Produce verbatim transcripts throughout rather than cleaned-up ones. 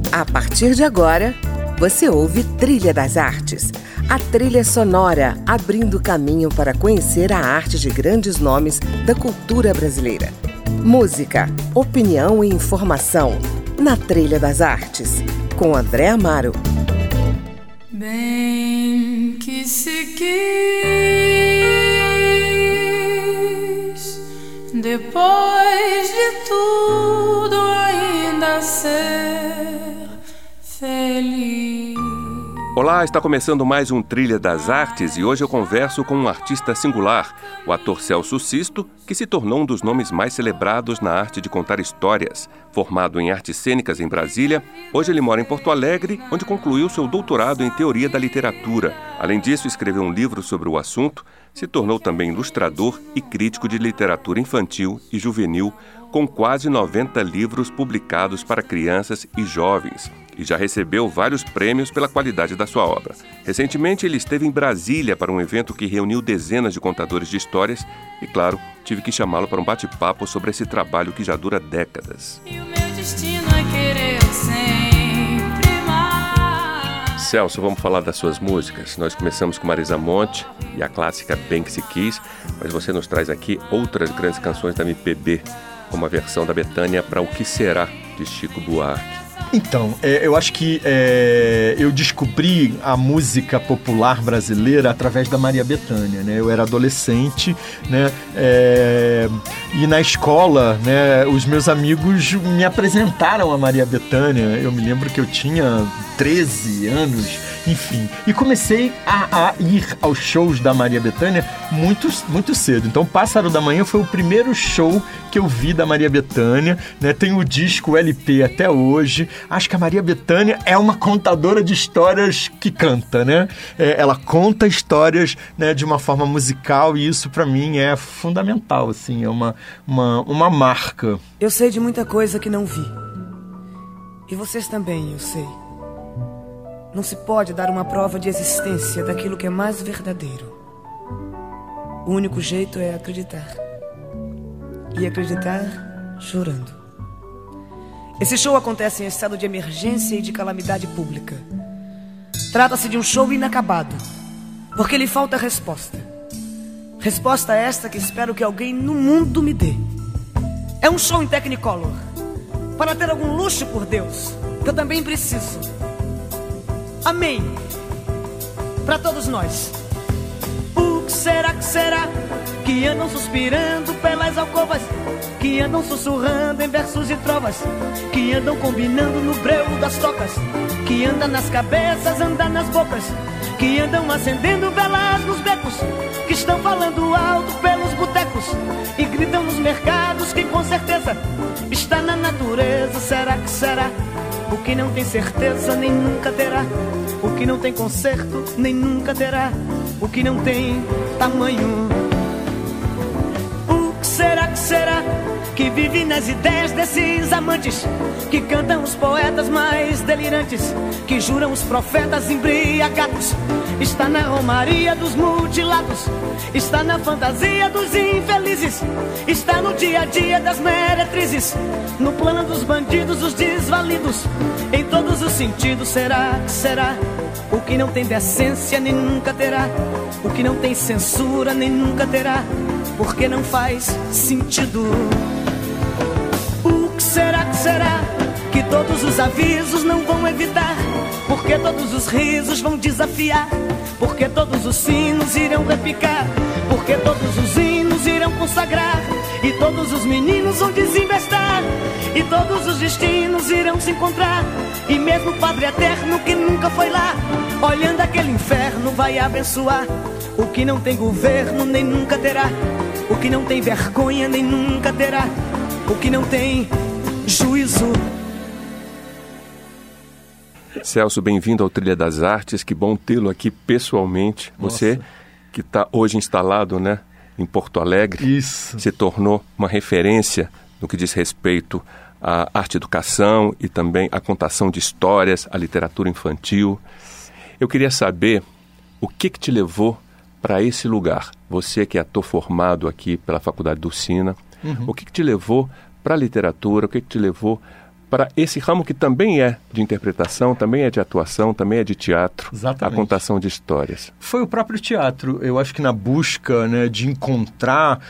A partir de agora, você ouve Trilha das Artes, a trilha sonora abrindo caminho para conhecer a arte de grandes nomes da cultura brasileira. Música, opinião e informação na Trilha das Artes, com André Amaro. Bem que se quis, depois de tudo ainda ser feliz. Olá, está começando mais um Trilha das Artes e hoje eu converso com um artista singular, o ator Celso Sisto, que se tornou um dos nomes mais celebrados na arte de contar histórias. Formado em artes cênicas em Brasília, hoje ele mora em Porto Alegre, onde concluiu seu doutorado em Teoria da Literatura. Além disso, escreveu um livro sobre o assunto, se tornou também ilustrador e crítico de literatura infantil e juvenil, com quase noventa livros publicados para crianças e jovens, e já recebeu vários prêmios pela qualidade da sua obra. Recentemente, ele esteve em Brasília para um evento que reuniu dezenas de contadores de histórias e, claro, tive que chamá-lo para um bate-papo sobre esse trabalho que já dura décadas. E o meu destino é querer sempre mais. Celso, vamos falar das suas músicas. Nós começamos com Marisa Monte e a clássica Bem Que Se Quis, mas você nos traz aqui outras grandes canções da M P B, como a versão da Bethânia para O Que Será, de Chico Buarque. Então, é, eu acho que é, eu descobri a música popular brasileira através da Maria Bethânia, né? Eu era adolescente, né? É, e na escola, né, os meus amigos me apresentaram a Maria Bethânia. Eu me lembro que eu tinha treze anos, enfim. E comecei a, a ir aos shows da Maria Bethânia muito, muito cedo. Então, Pássaro da Manhã foi o primeiro show que eu vi da Maria Bethânia, né? Tem o disco, o L P até hoje. Acho que a Maria Bethânia é uma contadora de histórias que canta, né? É, ela conta histórias, né, de uma forma musical e isso pra mim é fundamental, assim, é uma, uma, uma marca. Eu sei de muita coisa que não vi. E vocês também, eu sei. Não se pode dar uma prova de existência daquilo que é mais verdadeiro. O único jeito é acreditar. E acreditar chorando. Esse show acontece em estado de emergência e de calamidade pública. Trata-se de um show inacabado, porque lhe falta resposta. Resposta esta que espero que alguém no mundo me dê. É um show em Technicolor, para ter algum luxo, por Deus, que eu também preciso. Amém. Para todos nós. O que será que será que andam suspirando pelas alcovas, que andam sussurrando em versos e trovas, que andam combinando no breu das tocas, que anda nas cabeças, anda nas bocas, que andam acendendo velas nos becos, que estão falando alto pelos botecos e gritam nos mercados que com certeza está na natureza. Será que será? O que não tem certeza nem nunca terá, o que não tem conserto nem nunca terá, o que não tem tamanho. O que será que será que vive nas ideias desses amantes, que cantam os poetas mais delirantes, que juram os profetas embriagados? Está na romaria dos mutilados, está na fantasia dos infelizes, está no dia a dia das meretrizes, no plano dos bandidos, os desvalidos, em todos os sentidos. Será que será? O que não tem decência nem nunca terá, o que não tem censura nem nunca terá, porque não faz sentido. O que será que será que todos os avisos não vão evitar, porque todos os risos vão desafiar, porque todos os sinos irão repicar, porque todos os hinos irão consagrar, e todos os meninos vão desinvestar, e todos os destinos irão se encontrar, e mesmo o Padre Eterno que nunca foi lá, olhando aquele inferno, vai abençoar. O que não tem governo nem nunca terá, o que não tem vergonha nem nunca terá, o que não tem juízo. Celso, bem-vindo ao Trilha das Artes, que bom tê-lo aqui pessoalmente. Nossa. Você que está hoje instalado, né, em Porto Alegre, Isso. se tornou uma referência no que diz respeito à arte-educação e também à contação de histórias, à literatura infantil. Eu queria saber o que, que te levou para esse lugar. Você que é ator formado aqui pela Faculdade do Sina, uhum. o que, que te levou para a literatura, o que, que te levou para esse ramo que também é de interpretação, também é de atuação, também é de teatro, Exatamente. A contação de histórias. Foi o próprio teatro. Eu acho que na busca, né, de encontrar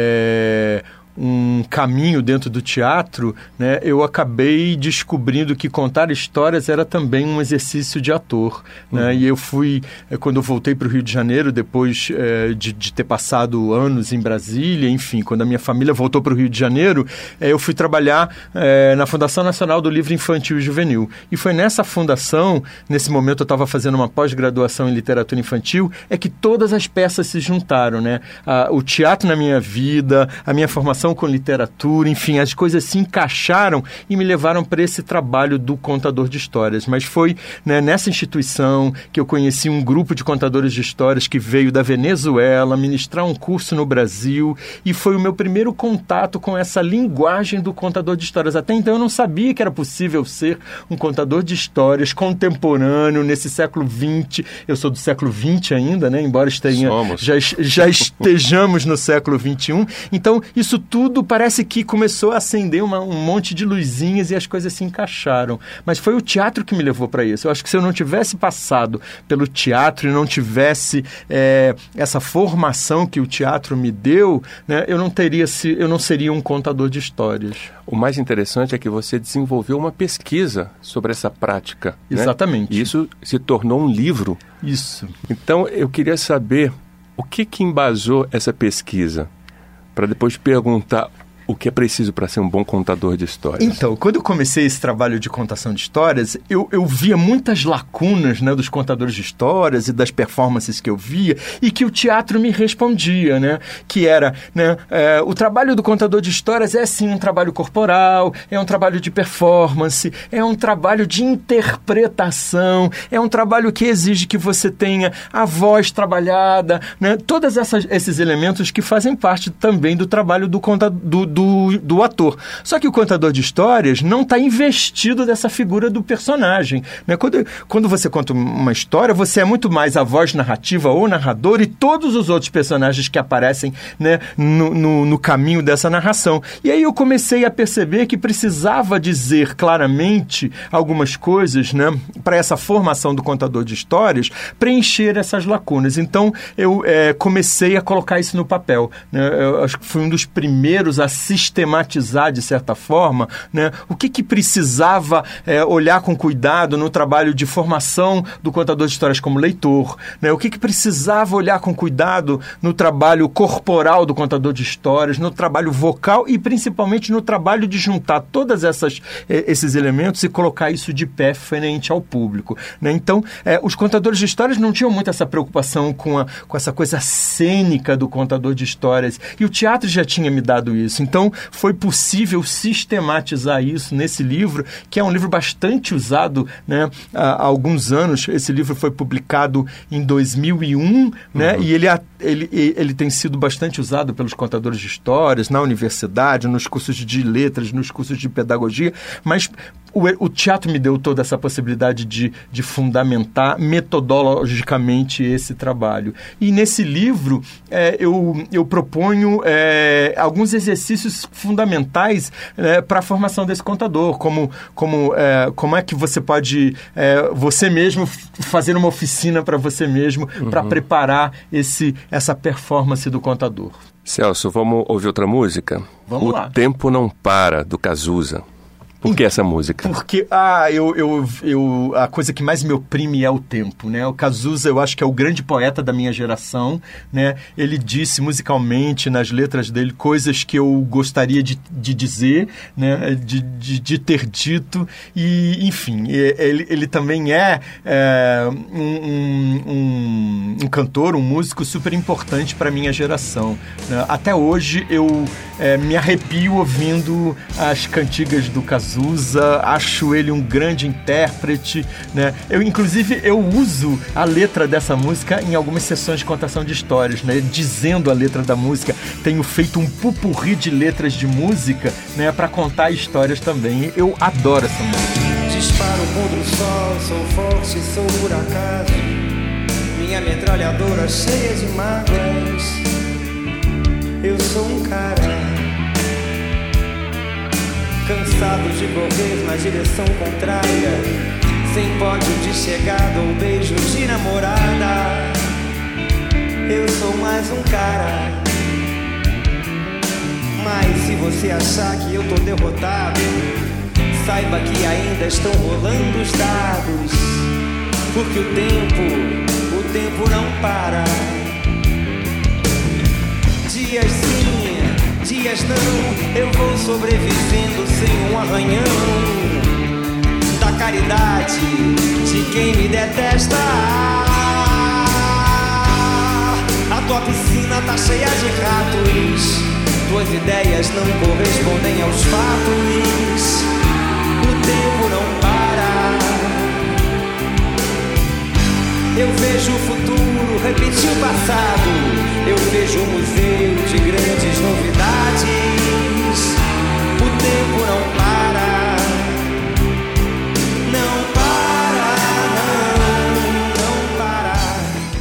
é, um caminho dentro do teatro, né, eu acabei descobrindo que contar histórias era também um exercício de ator. Né? Uhum. E eu fui, quando eu voltei para o Rio de Janeiro, depois é, de, de ter passado anos em Brasília, enfim, quando a minha família voltou para o Rio de Janeiro, é, eu fui trabalhar é, na Fundação Nacional do Livro Infantil e Juvenil. E foi nessa fundação, nesse momento eu estava fazendo uma pós-graduação em literatura infantil, é que todas as peças se juntaram, né? A, o teatro na minha vida, a minha formação com literatura, enfim, as coisas se encaixaram e me levaram para esse trabalho do contador de histórias. Mas foi, né, nessa instituição que eu conheci um grupo de contadores de histórias que veio da Venezuela ministrar um curso no Brasil, e foi o meu primeiro contato com essa linguagem do contador de histórias. Até então eu não sabia que era possível ser um contador de histórias contemporâneo nesse século vinte. Eu sou do século vinte ainda, né? Embora esteja, já, já estejamos no século vinte e um. Então, isso tudo parece que começou a acender uma, um monte de luzinhas e as coisas se encaixaram. Mas foi o teatro que me levou para isso. Eu acho que se eu não tivesse passado pelo teatro e não tivesse é, essa formação que o teatro me deu, né, eu não teria se, eu não seria um contador de histórias. O mais interessante é que você desenvolveu uma pesquisa sobre essa prática. Exatamente. Né? E isso se tornou um livro. Isso. Então, eu queria saber o que que embasou essa pesquisa, para depois perguntar o que é preciso para ser um bom contador de histórias. Então, quando eu comecei esse trabalho de contação de histórias, eu, eu via muitas lacunas, né, dos contadores de histórias e das performances que eu via, e que o teatro me respondia, né? Que era, né, é, o trabalho do contador de histórias é sim um trabalho corporal, é um trabalho de performance, é um trabalho de interpretação, é um trabalho que exige que você tenha a voz trabalhada, né? Todos esses elementos que fazem parte também do trabalho do contador, do, do Do, do ator. Só que o contador de histórias não está investido dessa figura do personagem. Né? Quando, quando você conta uma história, você é muito mais a voz narrativa ou narrador e todos os outros personagens que aparecem, né, no, no, no caminho dessa narração. E aí eu comecei a perceber que precisava dizer claramente algumas coisas, né, para essa formação do contador de histórias preencher essas lacunas. Então eu é, comecei a colocar isso no papel. Né? Eu acho que fui um dos primeiros a sistematizar, de certa forma, né, o que, que precisava é, olhar com cuidado no trabalho de formação do contador de histórias como leitor, né, o que, que precisava olhar com cuidado no trabalho corporal do contador de histórias, no trabalho vocal e principalmente no trabalho de juntar todos esses elementos e colocar isso de pé frente ao público. Né? Então, é, os contadores de histórias não tinham muito essa preocupação com, a, com essa coisa cênica do contador de histórias, e o teatro já tinha me dado isso. Então, foi possível sistematizar isso nesse livro, que é um livro bastante usado, né, há alguns anos. Esse livro foi publicado em dois mil e um, né, uhum. e ele, ele, ele tem sido bastante usado pelos contadores de histórias, na universidade, nos cursos de letras, nos cursos de pedagogia, mas o, o teatro me deu toda essa possibilidade de, de fundamentar metodologicamente esse trabalho. E nesse livro é, eu, eu proponho é, alguns exercícios fundamentais é, para a formação desse contador, como, como, é, como é que você pode é, você mesmo fazer uma oficina para você mesmo, uhum. para preparar esse, essa performance do contador. Celso, vamos ouvir outra música? Vamos o lá. O Tempo Não Para, do Cazuza. Por que essa música? Porque ah, eu, eu, eu, a coisa que mais me oprime é o tempo, né? O Cazuza, eu acho que é o grande poeta da minha geração, né? Ele disse musicalmente, nas letras dele, coisas que eu gostaria de, de dizer, né? De, de, de ter dito. E, enfim, ele, ele também é, é um, um, um cantor, um músico super importante para a minha geração. Né? Até hoje eu é, me arrepio ouvindo as cantigas do Cazuza. Cazuza, acho ele um grande intérprete, né? Eu, inclusive, eu uso a letra dessa música em algumas sessões de contação de histórias, né? Dizendo a letra da música. Tenho feito um pupurri de letras de música, né? Para contar histórias também. Eu adoro essa música. Disparo contra o sol, sou forte, sou por acaso. Minha metralhadora cheia de mágoas. Eu sou um cara cansados de correr na direção contrária, sem pódio de chegada ou beijo de namorada. Eu sou mais um cara. Mas se você achar que eu tô derrotado, saiba que ainda estão rolando os dados, porque o tempo, o tempo não para. Dias sim, dias não, eu vou sobrevivendo sem um arranhão da caridade de quem me detesta. A tua piscina tá cheia de ratos, tuas ideias não correspondem aos fatos. O tempo não para. Eu vejo o futuro repetir o passado. Eu vejo um museu de grandes novidades. O tempo não para. Não para, não, não para.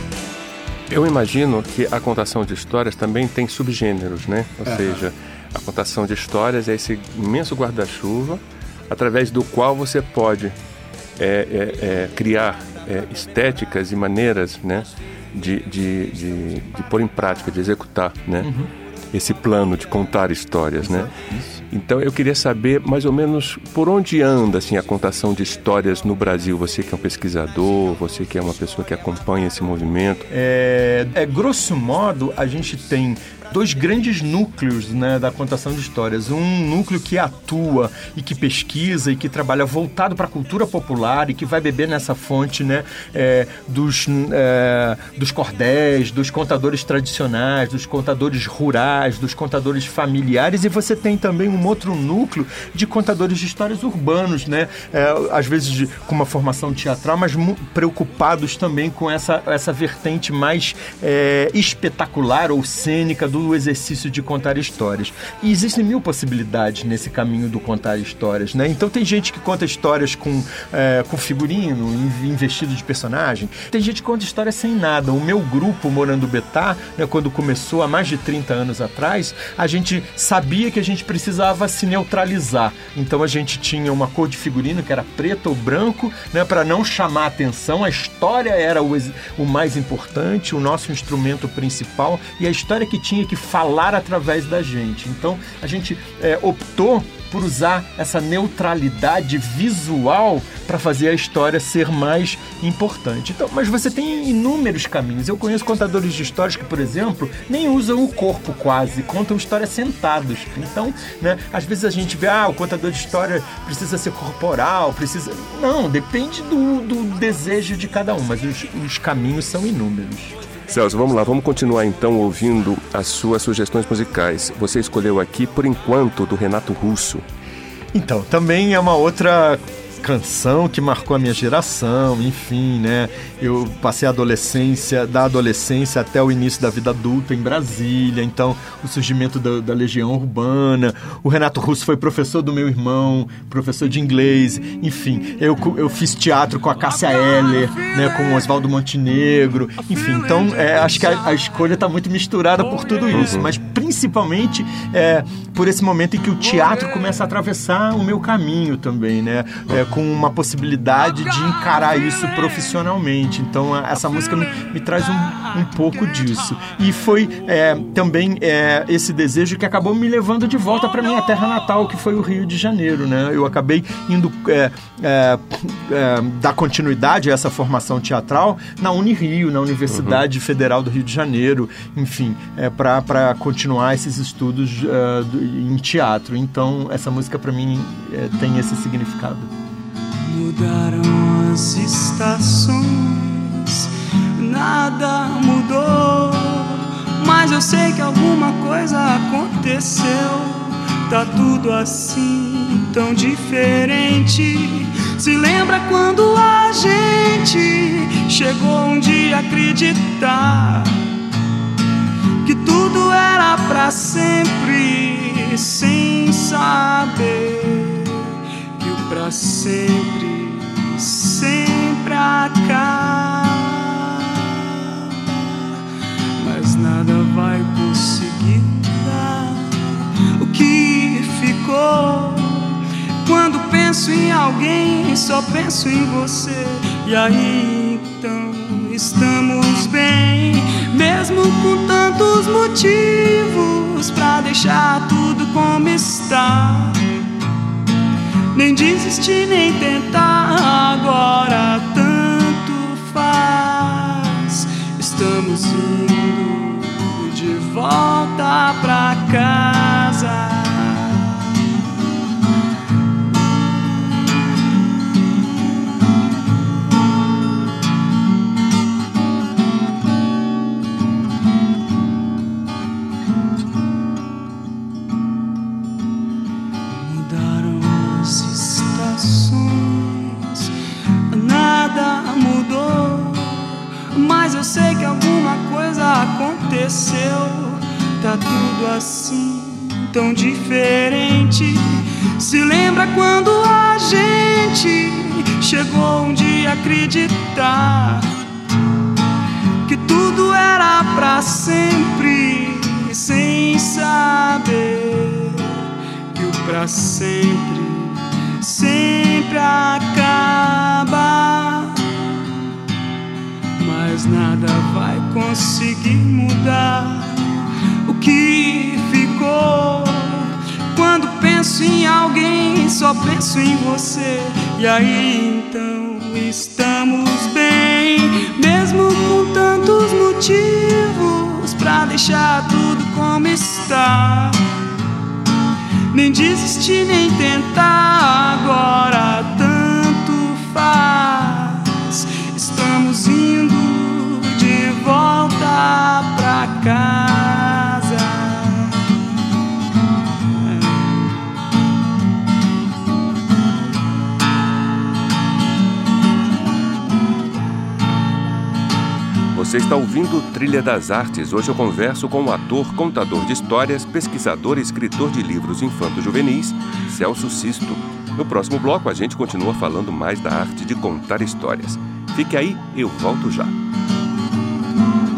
Eu imagino que a contação de histórias também tem subgêneros, né? Ou é. seja, a contação de histórias é esse imenso guarda-chuva através do qual você pode é, é, é, criar é, estéticas e maneiras, né, de, de, de, de pôr em prática, de executar, né, uhum. esse plano de contar histórias. Exato, né? Isso. Então eu queria saber mais ou menos por onde anda assim, a contação de histórias no Brasil. Você que é um pesquisador, você que é uma pessoa que acompanha esse movimento. É, é grosso modo, a gente tem dois grandes núcleos, né, da contação de histórias. Um núcleo que atua e que pesquisa e que trabalha voltado para a cultura popular e que vai beber nessa fonte, né, é, dos, é, dos cordéis, dos contadores tradicionais, dos contadores rurais, dos contadores familiares. E você tem também um outro núcleo de contadores de histórias urbanos, né, é, às vezes de, com uma formação teatral, mas mu- preocupados também com essa, essa vertente mais é, espetacular ou cênica do do exercício de contar histórias. E existem mil possibilidades nesse caminho do contar histórias, né? Então tem gente que conta histórias com, é, com figurino, investido de personagem. Tem gente que conta histórias sem nada. O meu grupo, Morando Betá, né, quando começou há mais de trinta anos atrás, a gente sabia que a gente precisava se neutralizar. Então a gente tinha uma cor de figurino que era preto ou branco, né, para não chamar a atenção. A história era o, o mais importante, o nosso instrumento principal, e a história que tinha que falar através da gente. Então, a gente é, optou por usar essa neutralidade visual para fazer a história ser mais importante. Então, mas você tem inúmeros caminhos. Eu conheço contadores de histórias que, por exemplo, nem usam o corpo quase, contam histórias sentados. Então, né, às vezes a gente vê, ah, o contador de história precisa ser corporal, precisa... Não, depende do, do desejo de cada um, mas os, os caminhos são inúmeros. Celso, vamos lá, vamos continuar então ouvindo as suas sugestões musicais. Você escolheu aqui, Por Enquanto, do Renato Russo. Então, também é uma outra canção que marcou a minha geração, enfim, né? Eu passei a adolescência, da adolescência até o início da vida adulta em Brasília, então o surgimento da, da Legião Urbana. O Renato Russo foi professor do meu irmão, professor de inglês, enfim, eu, eu fiz teatro com a Cássia Eller, né, com o Oswaldo Montenegro, enfim, então é, acho que a, a escolha está muito misturada por tudo isso, mas principalmente é, por esse momento em que o teatro começa a atravessar o meu caminho também, né? É, com uma possibilidade de encarar isso profissionalmente. Então, essa música me, me traz um, um pouco disso. E foi é, também é, esse desejo que acabou me levando de volta para minha terra natal, que foi o Rio de Janeiro, né? Eu acabei indo é, é, é, dar continuidade a essa formação teatral na Unirio, na Universidade uhum. Federal do Rio de Janeiro, enfim, é, para continuar esses estudos uh, do, em teatro. Então, essa música, para mim, é, tem esse significado. Mudaram as estações, nada mudou, mas eu sei que alguma coisa aconteceu. Tá tudo assim, tão diferente. Se lembra quando a gente chegou um dia a acreditar que tudo era pra sempre, sem saber que o pra sempre sempre acaba, mas nada vai conseguir dar o que ficou. penso em alguém, só penso em você. E aí então estamos bem, mesmo com tantos motivos pra deixar tudo como está. Nem desistir, nem tentar, agora tanto faz. Estamos indo de volta pra casa. Mas eu sei que alguma coisa aconteceu. Tá tudo assim, tão diferente. Se lembra quando a gente chegou um dia a acreditar que tudo era pra sempre, sem saber que o pra sempre sempre acaba. Mas nada vai conseguir mudar o que ficou. Quando penso em alguém, só penso em você. E aí então estamos bem, mesmo com tantos motivos pra deixar tudo como está. Nem desistir, nem tentar, agora tanto faz. Estamos indo de volta pra casa. Você está ouvindo Trilha das Artes. Hoje eu converso com o ator, contador de histórias, pesquisador e escritor de livros infanto-juvenis, Celso Sisto. No próximo bloco a gente continua falando mais da arte de contar histórias. Fique aí, eu volto já.